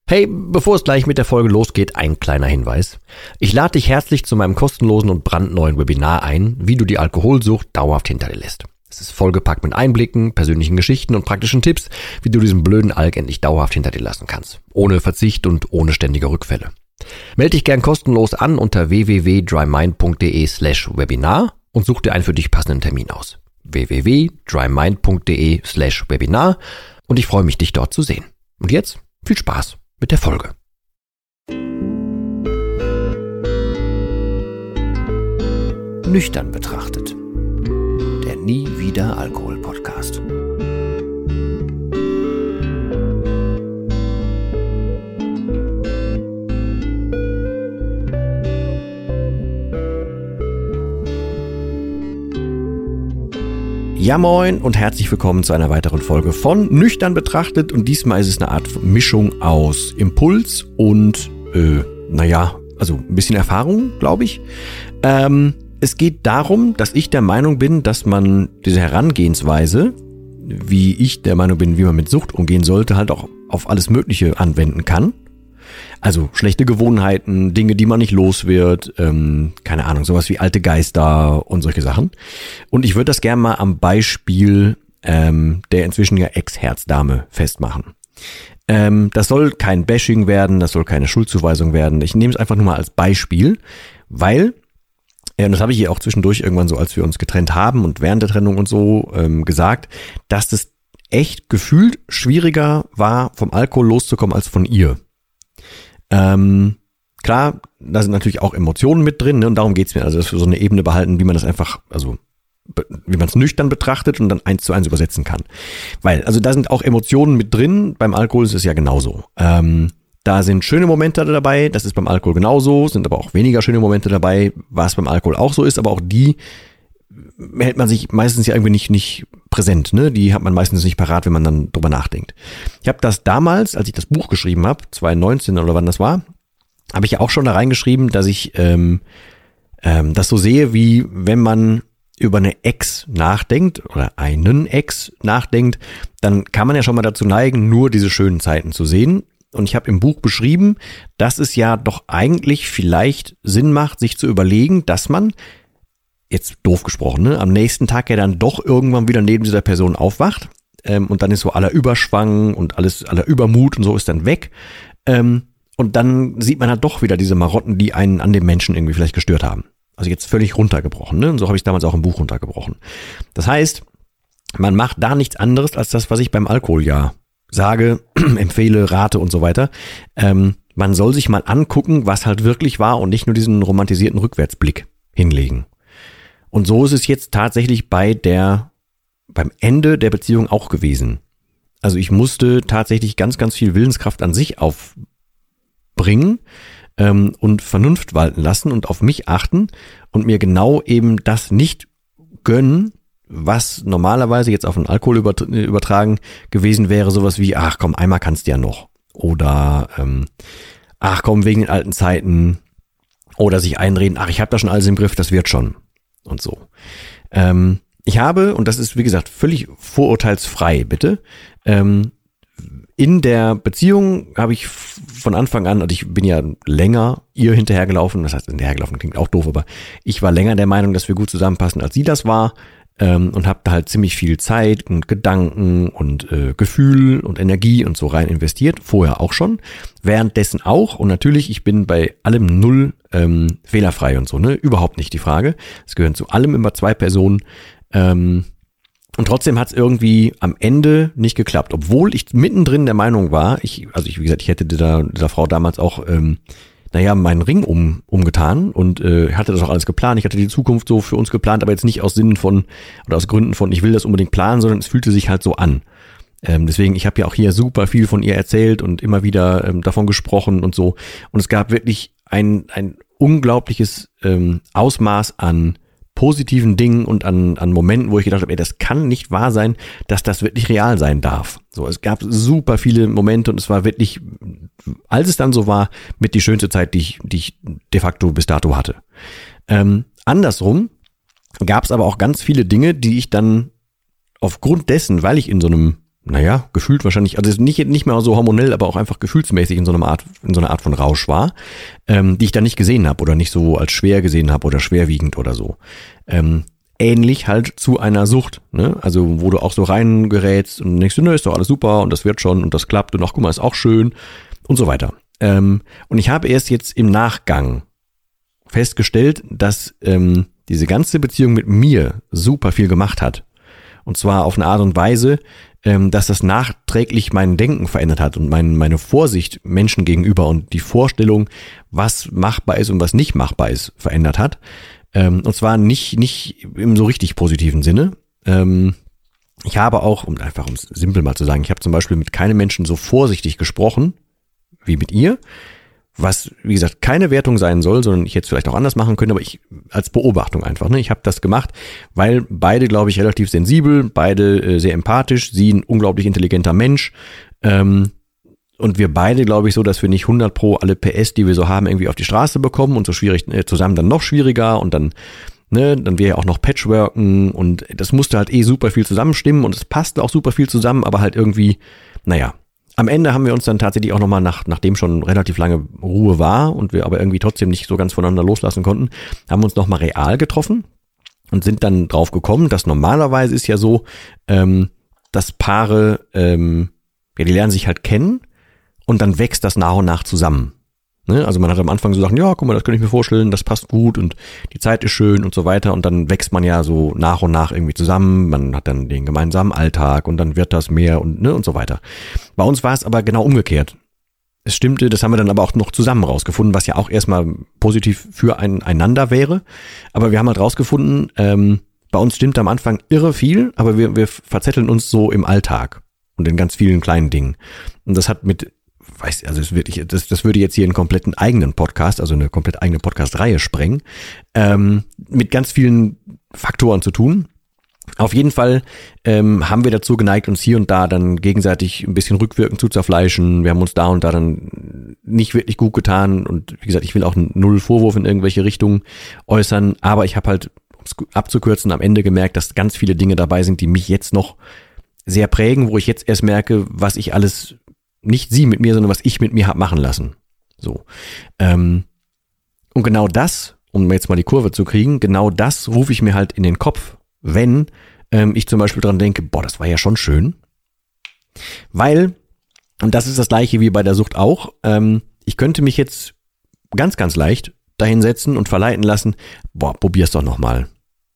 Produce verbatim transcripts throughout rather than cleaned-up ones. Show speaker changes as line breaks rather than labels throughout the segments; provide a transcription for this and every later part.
Hey, bevor es gleich mit der Folge losgeht, ein kleiner Hinweis. Ich lade dich herzlich zu meinem kostenlosen und brandneuen Webinar ein, wie du die Alkoholsucht dauerhaft hinter dir lässt. Es ist vollgepackt mit Einblicken, persönlichen Geschichten und praktischen Tipps, wie du diesen blöden Alk endlich dauerhaft hinter dir lassen kannst. Ohne Verzicht und ohne ständige Rückfälle. Melde dich gern kostenlos an unter w w w punkt drymind.de slash webinar und such dir einen für dich passenden Termin aus. w w w punkt drymind.de slash webinar und ich freue mich, dich dort zu sehen. Und jetzt viel Spaß mit der Folge. Nüchtern betrachtet. Der Nie wieder Alkohol Podcast. Ja moin und herzlich willkommen zu einer weiteren Folge von Nüchtern betrachtet und diesmal ist es eine Art Mischung aus Impuls und, äh, naja, also ein bisschen Erfahrung, glaube ich. Ähm, es geht darum, dass ich der Meinung bin, dass man diese Herangehensweise, wie ich der Meinung bin, wie man mit Sucht umgehen sollte, halt auch auf alles Mögliche anwenden kann. Also schlechte Gewohnheiten, Dinge, die man nicht los wird, ähm, keine Ahnung, sowas wie alte Geister und solche Sachen. Und ich würde das gerne mal am Beispiel ähm, der inzwischen ja Ex-Herzdame festmachen. Ähm, das soll kein Bashing werden, das soll keine Schuldzuweisung werden. Ich nehme es einfach nur mal als Beispiel, weil, äh, und das habe ich hier auch zwischendurch irgendwann so, als wir uns getrennt haben und während der Trennung und so ähm, gesagt, dass das echt gefühlt schwieriger war, vom Alkohol loszukommen als von ihr. Ähm, klar, da sind natürlich auch Emotionen mit drin, ne, und darum geht's mir, also dass wir so eine Ebene behalten, wie man das einfach, also wie man es nüchtern betrachtet und dann eins zu eins übersetzen kann. Weil, also da sind auch Emotionen mit drin, beim Alkohol ist es ja genauso. Ähm, da sind schöne Momente dabei, das ist beim Alkohol genauso, sind aber auch weniger schöne Momente dabei, was beim Alkohol auch so ist, aber auch die hält man sich meistens ja irgendwie nicht nicht präsent, ne? Die hat man meistens nicht parat, wenn man dann drüber nachdenkt. Ich habe das damals, als ich das Buch geschrieben habe, zwanzig neunzehn oder wann das war, habe ich ja auch schon da reingeschrieben, dass ich ähm, ähm, das so sehe, wie wenn man über eine Ex nachdenkt oder einen Ex nachdenkt, dann kann man ja schon mal dazu neigen, nur diese schönen Zeiten zu sehen. Und ich habe im Buch beschrieben, dass es ja doch eigentlich vielleicht Sinn macht, sich zu überlegen, dass man jetzt doof gesprochen, ne, am nächsten Tag ja dann doch irgendwann wieder neben dieser Person aufwacht ähm, und dann ist so aller Überschwang und alles, aller Übermut und so ist dann weg ähm, und dann sieht man halt doch wieder diese Marotten, die einen an dem Menschen irgendwie vielleicht gestört haben. Also jetzt völlig runtergebrochen, ne, und so habe ich damals auch im Buch runtergebrochen. Das heißt, man macht da nichts anderes als das, was ich beim Alkohol ja sage, empfehle, rate und so weiter. Ähm, man soll sich mal angucken, was halt wirklich war und nicht nur diesen romantisierten Rückwärtsblick hinlegen. Und so ist es jetzt tatsächlich bei der, beim Ende der Beziehung auch gewesen. Also ich musste tatsächlich ganz, ganz viel Willenskraft an sich aufbringen ähm, und Vernunft walten lassen und auf mich achten und mir genau eben das nicht gönnen, was normalerweise jetzt auf den Alkohol übertragen gewesen wäre, sowas wie, ach komm, einmal kannst du ja noch. Oder, ähm, ach komm, wegen den alten Zeiten. Oder sich einreden, ach, ich habe da schon alles im Griff, das wird schon. Und so. Ähm, ich habe, und das ist wie gesagt völlig vorurteilsfrei, bitte, ähm, in der Beziehung habe ich von Anfang an, und ich bin ja länger ihr hinterhergelaufen, das heißt hinterhergelaufen klingt auch doof, aber ich war länger der Meinung, dass wir gut zusammenpassen, als sie das war, ähm, und habe da halt ziemlich viel Zeit und Gedanken und äh, Gefühl und Energie und so rein investiert, vorher auch schon, währenddessen auch, und natürlich, ich bin bei allem null ähm, fehlerfrei und so, ne, überhaupt nicht die Frage, es gehören zu allem immer zwei Personen, ähm, und trotzdem hat es irgendwie am Ende nicht geklappt, obwohl ich mittendrin der Meinung war, ich, also ich, wie gesagt, ich hätte dieser, dieser Frau damals auch, ähm, naja, meinen Ring um, umgetan und äh, hatte das auch alles geplant. Ich hatte die Zukunft so für uns geplant, aber jetzt nicht aus Sinnen von, oder aus Gründen von, ich will das unbedingt planen, sondern es fühlte sich halt so an. Ähm, deswegen, ich habe ja auch hier super viel von ihr erzählt und immer wieder ähm, davon gesprochen und so. Und es gab wirklich ein, ein unglaubliches ähm, Ausmaß an positiven Dingen und an, an Momenten, wo ich gedacht habe, ey, das kann nicht wahr sein, dass das wirklich real sein darf. So, es gab super viele Momente und es war wirklich, als es dann so war, mit die schönste Zeit, die ich, die ich de facto bis dato hatte. Ähm, andersrum gab es aber auch ganz viele Dinge, die ich dann aufgrund dessen, weil ich in so einem naja, gefühlt wahrscheinlich, also nicht, nicht mehr so hormonell, aber auch einfach gefühlsmäßig in so einer Art, in so einer Art von Rausch war, ähm, die ich dann nicht gesehen habe oder nicht so als schwer gesehen habe oder schwerwiegend oder so. Ähm, ähnlich halt zu einer Sucht, ne? Also wo du auch so reingerätst und denkst, ne, ist doch alles super und das wird schon und das klappt und ach, guck mal, ist auch schön und so weiter. Ähm, und ich habe erst jetzt im Nachgang festgestellt, dass ähm, diese ganze Beziehung mit mir super viel gemacht hat. Und zwar auf eine Art und Weise, ähm, dass das nachträglich mein Denken verändert hat und mein, meine Vorsicht Menschen gegenüber und die Vorstellung, was machbar ist und was nicht machbar ist, verändert hat. Ähm, und zwar nicht, nicht im so richtig positiven Sinne. Ähm, ich habe auch, um einfach um es simpel mal zu sagen, ich habe zum Beispiel mit keinem Menschen so vorsichtig gesprochen wie mit ihr, was, wie gesagt, keine Wertung sein soll, sondern ich hätte es vielleicht auch anders machen können, aber ich als Beobachtung einfach. Ne? Ich habe das gemacht, weil beide, glaube ich, relativ sensibel, beide äh, sehr empathisch, sie ein unglaublich intelligenter Mensch ähm, und wir beide, glaube ich, so, dass wir nicht hundert pro alle P S, die wir so haben, irgendwie auf die Straße bekommen und so schwierig äh, zusammen dann noch schwieriger und dann ne, dann wäre ja auch noch Patchworken und das musste halt eh super viel zusammenstimmen und es passte auch super viel zusammen, aber halt irgendwie, naja, am Ende haben wir uns dann tatsächlich auch nochmal, nach, nachdem schon relativ lange Ruhe war und wir aber irgendwie trotzdem nicht so ganz voneinander loslassen konnten, haben wir uns nochmal real getroffen und sind dann drauf gekommen, dass normalerweise ist ja so, ähm, dass Paare, ähm, ja, die lernen sich halt kennen und dann wächst das nach und nach zusammen. Ne? Also man hat am Anfang so Sachen, ja, guck mal, das könnte ich mir vorstellen, das passt gut und die Zeit ist schön und so weiter und dann wächst man ja so nach und nach irgendwie zusammen, man hat dann den gemeinsamen Alltag und dann wird das mehr und ne und so weiter. Bei uns war es aber genau umgekehrt. Es stimmte, das haben wir dann aber auch noch zusammen rausgefunden, was ja auch erstmal positiv für ein, einander wäre, aber wir haben halt rausgefunden, ähm, bei uns stimmt am Anfang irre viel, aber wir, wir verzetteln uns so im Alltag und in ganz vielen kleinen Dingen und das hat mit weiß, also es wirklich, das, das würde jetzt hier einen kompletten eigenen Podcast, also eine komplett eigene Podcast-Reihe sprengen, ähm, mit ganz vielen Faktoren zu tun. Auf jeden Fall ähm, haben wir dazu geneigt, uns hier und da dann gegenseitig ein bisschen rückwirkend zu zerfleischen. Wir haben uns da und da dann nicht wirklich gut getan und wie gesagt, ich will auch null Vorwurf in irgendwelche Richtungen äußern, aber ich habe halt, um es abzukürzen, am Ende gemerkt, dass ganz viele Dinge dabei sind, die mich jetzt noch sehr prägen, wo ich jetzt erst merke, was ich alles nicht sie mit mir, sondern was ich mit mir hab machen lassen. So. Ähm, und genau das, um jetzt mal die Kurve zu kriegen, genau das rufe ich mir halt in den Kopf, wenn ähm, ich zum Beispiel dran denke, boah, das war ja schon schön. Weil, und das ist das Gleiche wie bei der Sucht auch, ähm, ich könnte mich jetzt ganz, ganz leicht dahinsetzen und verleiten lassen, boah, probier's doch nochmal.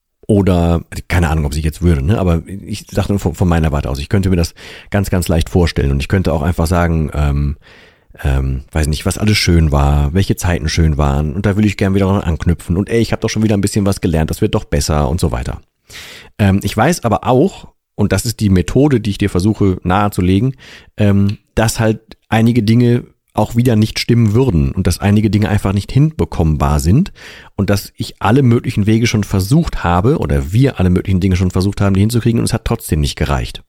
Oder, keine Ahnung, ob ich jetzt würde, ne? Aber ich sage nur von, von meiner Warte aus, ich könnte mir das ganz, ganz leicht vorstellen. Und ich könnte auch einfach sagen, ähm, ähm, weiß nicht, was alles schön war, welche Zeiten schön waren. Und da will ich gern wieder dran anknüpfen. Und ey, ich habe doch schon wieder ein bisschen was gelernt, das wird doch besser und so weiter. Ähm, ich weiß aber auch, und das ist die Methode, die ich dir versuche nahezulegen, ähm, dass halt einige Dinge auch wieder nicht stimmen würden und dass einige Dinge einfach nicht hinbekommbar sind und dass ich alle möglichen Wege schon versucht habe oder wir alle möglichen Dinge schon versucht haben, die hinzukriegen und es hat trotzdem nicht gereicht.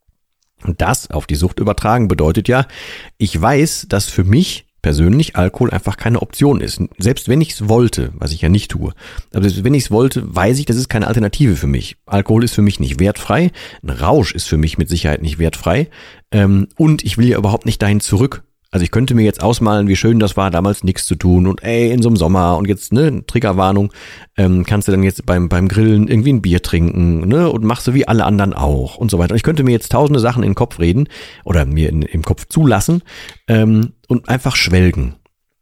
Und das auf die Sucht übertragen bedeutet ja, ich weiß, dass für mich persönlich Alkohol einfach keine Option ist. Selbst wenn ich es wollte, was ich ja nicht tue, aber selbst wenn ich es wollte, weiß ich, das ist keine Alternative für mich. Alkohol ist für mich nicht wertfrei, ein Rausch ist für mich mit Sicherheit nicht wertfrei ähm, und ich will ja überhaupt nicht dahin zurück. Also ich könnte mir jetzt ausmalen, wie schön das war, damals nichts zu tun und ey, in so einem Sommer und jetzt, ne, Triggerwarnung, ähm, kannst du dann jetzt beim beim Grillen irgendwie ein Bier trinken, ne, und machst du wie alle anderen auch und so weiter. Und ich könnte mir jetzt tausende Sachen in den Kopf reden oder mir in, im Kopf zulassen ähm, und einfach schwelgen.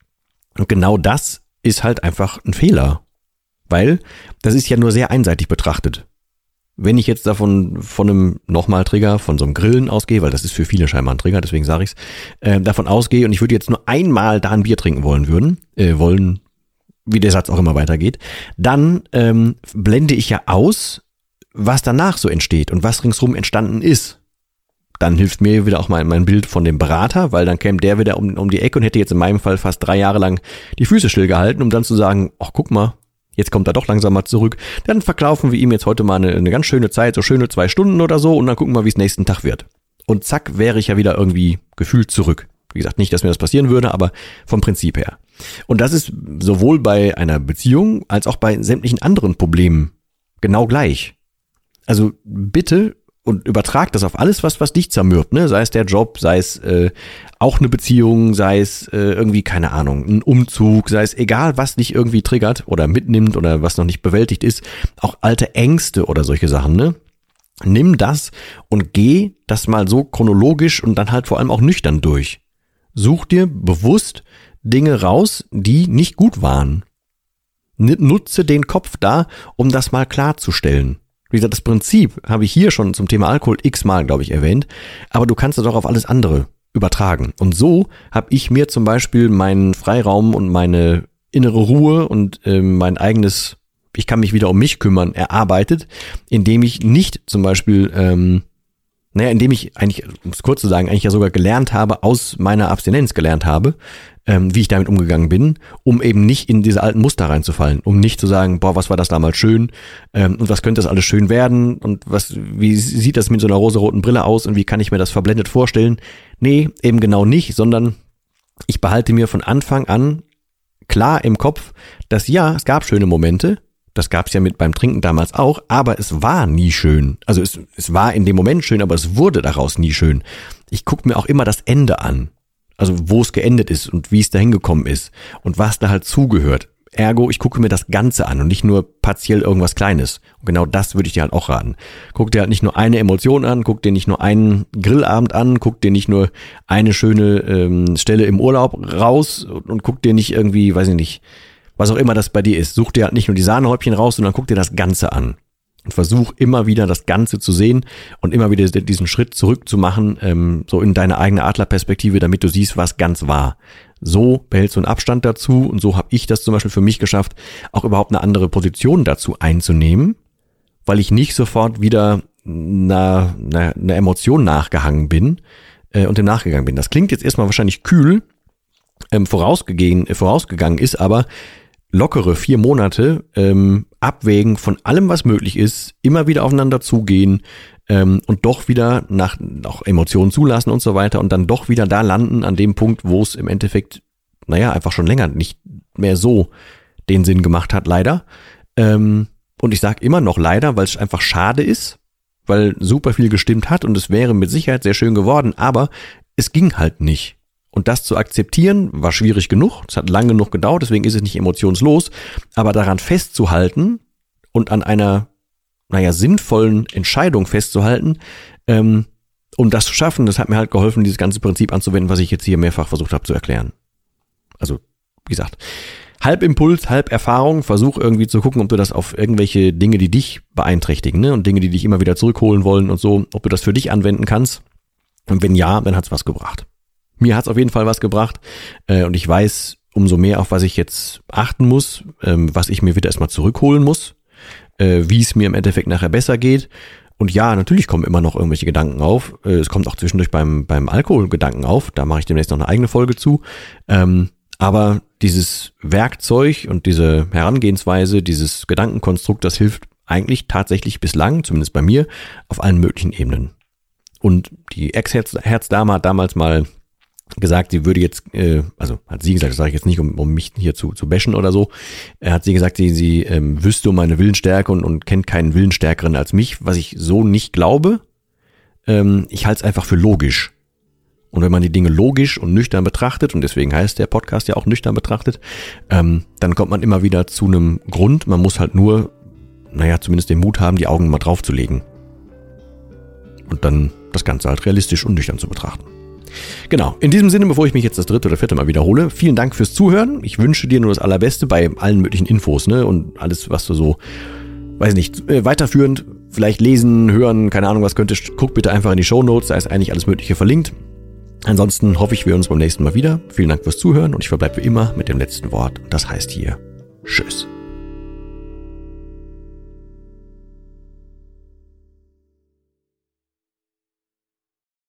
Und genau das ist halt einfach ein Fehler, weil das ist ja nur sehr einseitig betrachtet. Wenn ich jetzt davon von einem nochmal Trigger, von so einem Grillen ausgehe, weil das ist für viele scheinbar ein Trigger, deswegen sage ich es, äh, davon ausgehe und ich würde jetzt nur einmal da ein Bier trinken wollen würden, äh, wollen, wie der Satz auch immer weitergeht, dann ähm, blende ich ja aus, was danach so entsteht und was ringsrum entstanden ist. Dann hilft mir wieder auch mal mein Bild von dem Berater, weil dann käme der wieder um, um die Ecke und hätte jetzt in meinem Fall fast drei Jahre lang die Füße stillgehalten, um dann zu sagen, ach guck mal, jetzt kommt er doch langsam mal zurück. Dann verkaufen wir ihm jetzt heute mal eine, eine ganz schöne Zeit, so schöne zwei Stunden oder so und dann gucken wir, wie es nächsten Tag wird. Und zack, wäre ich ja wieder irgendwie gefühlt zurück. Wie gesagt, nicht, dass mir das passieren würde, aber vom Prinzip her. Und das ist sowohl bei einer Beziehung als auch bei sämtlichen anderen Problemen genau gleich. Also bitte und übertrag das auf alles, was, was dich zermürbt, ne? Sei es der Job, sei es äh, auch eine Beziehung, sei es äh, irgendwie, keine Ahnung, ein Umzug, sei es egal, was dich irgendwie triggert oder mitnimmt oder was noch nicht bewältigt ist, auch alte Ängste oder solche Sachen, ne? Nimm das und geh das mal so chronologisch und dann halt vor allem auch nüchtern durch. Such dir bewusst Dinge raus, die nicht gut waren. Nutze den Kopf da, um das mal klarzustellen. Wie gesagt, das Prinzip habe ich hier schon zum Thema Alkohol x-mal, glaube ich, erwähnt, aber du kannst es auch auf alles andere übertragen. Und so habe ich mir zum Beispiel meinen Freiraum und meine innere Ruhe und äh, mein eigenes, ich kann mich wieder um mich kümmern, erarbeitet, indem ich nicht zum Beispiel, ähm, naja, indem ich eigentlich, um es kurz zu sagen, eigentlich ja sogar gelernt habe, aus meiner Abstinenz gelernt habe, ähm, wie ich damit umgegangen bin, um eben nicht in diese alten Muster reinzufallen, um nicht zu sagen, boah, was war das damals schön ähm, und was könnte das alles schön werden und was, wie sieht das mit so einer rosaroten Brille aus und wie kann ich mir das verblendet vorstellen? Nee, eben genau nicht, sondern ich behalte mir von Anfang an klar im Kopf, dass ja, es gab schöne Momente, das gab es ja mit beim Trinken damals auch, aber es war nie schön. Also es, es war in dem Moment schön, aber es wurde daraus nie schön. Ich gucke mir auch immer das Ende an. Also wo es geendet ist und wie es da hingekommen ist und was da halt zugehört. Ergo, ich gucke mir das Ganze an und nicht nur partiell irgendwas Kleines. Und genau das würde ich dir halt auch raten. Guck dir halt nicht nur eine Emotion an, guck dir nicht nur einen Grillabend an, guck dir nicht nur eine schöne ähm, Stelle im Urlaub raus und, und guck dir nicht irgendwie, weiß ich nicht, was auch immer das bei dir ist. Such dir halt nicht nur die Sahnehäubchen raus, sondern guck dir das Ganze an. Und versuch immer wieder das Ganze zu sehen und immer wieder diesen Schritt zurück zu machen, ähm, so in deine eigene Adlerperspektive, damit du siehst, was ganz war. So behältst du einen Abstand dazu und so habe ich das zum Beispiel für mich geschafft, auch überhaupt eine andere Position dazu einzunehmen, weil ich nicht sofort wieder einer, einer, einer Emotion nachgehangen bin äh, und dem nachgegangen bin. Das klingt jetzt erstmal wahrscheinlich kühl, ähm, vorausgegangen, äh, vorausgegangen ist, aber lockere vier Monate ähm, abwägen von allem, was möglich ist, immer wieder aufeinander zugehen ähm, und doch wieder nach auch Emotionen zulassen und so weiter und dann doch wieder da landen an dem Punkt, wo es im Endeffekt, naja, einfach schon länger nicht mehr so den Sinn gemacht hat, leider. Ähm, und ich sage immer noch leider, weil es einfach schade ist, weil super viel gestimmt hat und es wäre mit Sicherheit sehr schön geworden, aber es ging halt nicht. Und das zu akzeptieren, war schwierig genug. Es hat lange genug gedauert, deswegen ist es nicht emotionslos. Aber daran festzuhalten und an einer, naja, sinnvollen Entscheidung festzuhalten, ähm, um das zu schaffen, das hat mir halt geholfen, dieses ganze Prinzip anzuwenden, was ich jetzt hier mehrfach versucht habe zu erklären. Also, wie gesagt, halb Impuls, halb Erfahrung. Versuch irgendwie zu gucken, ob du das auf irgendwelche Dinge, die dich beeinträchtigen, ne, und Dinge, die dich immer wieder zurückholen wollen und so, ob du das für dich anwenden kannst. Und wenn ja, dann hat's was gebracht. Mir hat's auf jeden Fall was gebracht äh, und ich weiß umso mehr, auf was ich jetzt achten muss, ähm, was ich mir wieder erstmal zurückholen muss, äh, wie es mir im Endeffekt nachher besser geht. Und ja, natürlich kommen immer noch irgendwelche Gedanken auf. Äh, es kommt auch zwischendurch beim beim Alkohol Gedanken auf. Da mache ich demnächst noch eine eigene Folge zu. Ähm, aber dieses Werkzeug und diese Herangehensweise, dieses Gedankenkonstrukt, das hilft eigentlich tatsächlich bislang, zumindest bei mir, auf allen möglichen Ebenen. Und die Ex-Herzdame hat damals mal gesagt, sie würde jetzt, äh, also hat sie gesagt, das sage ich jetzt nicht, um, um mich hier zu, zu bashen oder so, er hat sie gesagt, sie, sie ähm, wüsste um meine Willensstärke und, und kennt keinen Willensstärkeren als mich, was ich so nicht glaube. Ähm, ich halte es einfach für logisch. Und wenn man die Dinge logisch und nüchtern betrachtet, und deswegen heißt der Podcast ja auch nüchtern betrachtet, ähm, dann kommt man immer wieder zu einem Grund. Man muss halt nur, naja, zumindest den Mut haben, die Augen mal drauf zu legen. Und dann das Ganze halt realistisch und nüchtern zu betrachten. Genau, in diesem Sinne, bevor ich mich jetzt das dritte oder vierte Mal wiederhole, vielen Dank fürs Zuhören. Ich wünsche dir nur das Allerbeste bei allen möglichen Infos, ne, und alles, was du so, weiß nicht, äh, weiterführend vielleicht lesen, hören, keine Ahnung, was könntest, guck bitte einfach in die Shownotes, da ist eigentlich alles Mögliche verlinkt. Ansonsten hoffe ich, wir uns beim nächsten Mal wieder. Vielen Dank fürs Zuhören und ich verbleibe wie immer mit dem letzten Wort. Das heißt hier, tschüss.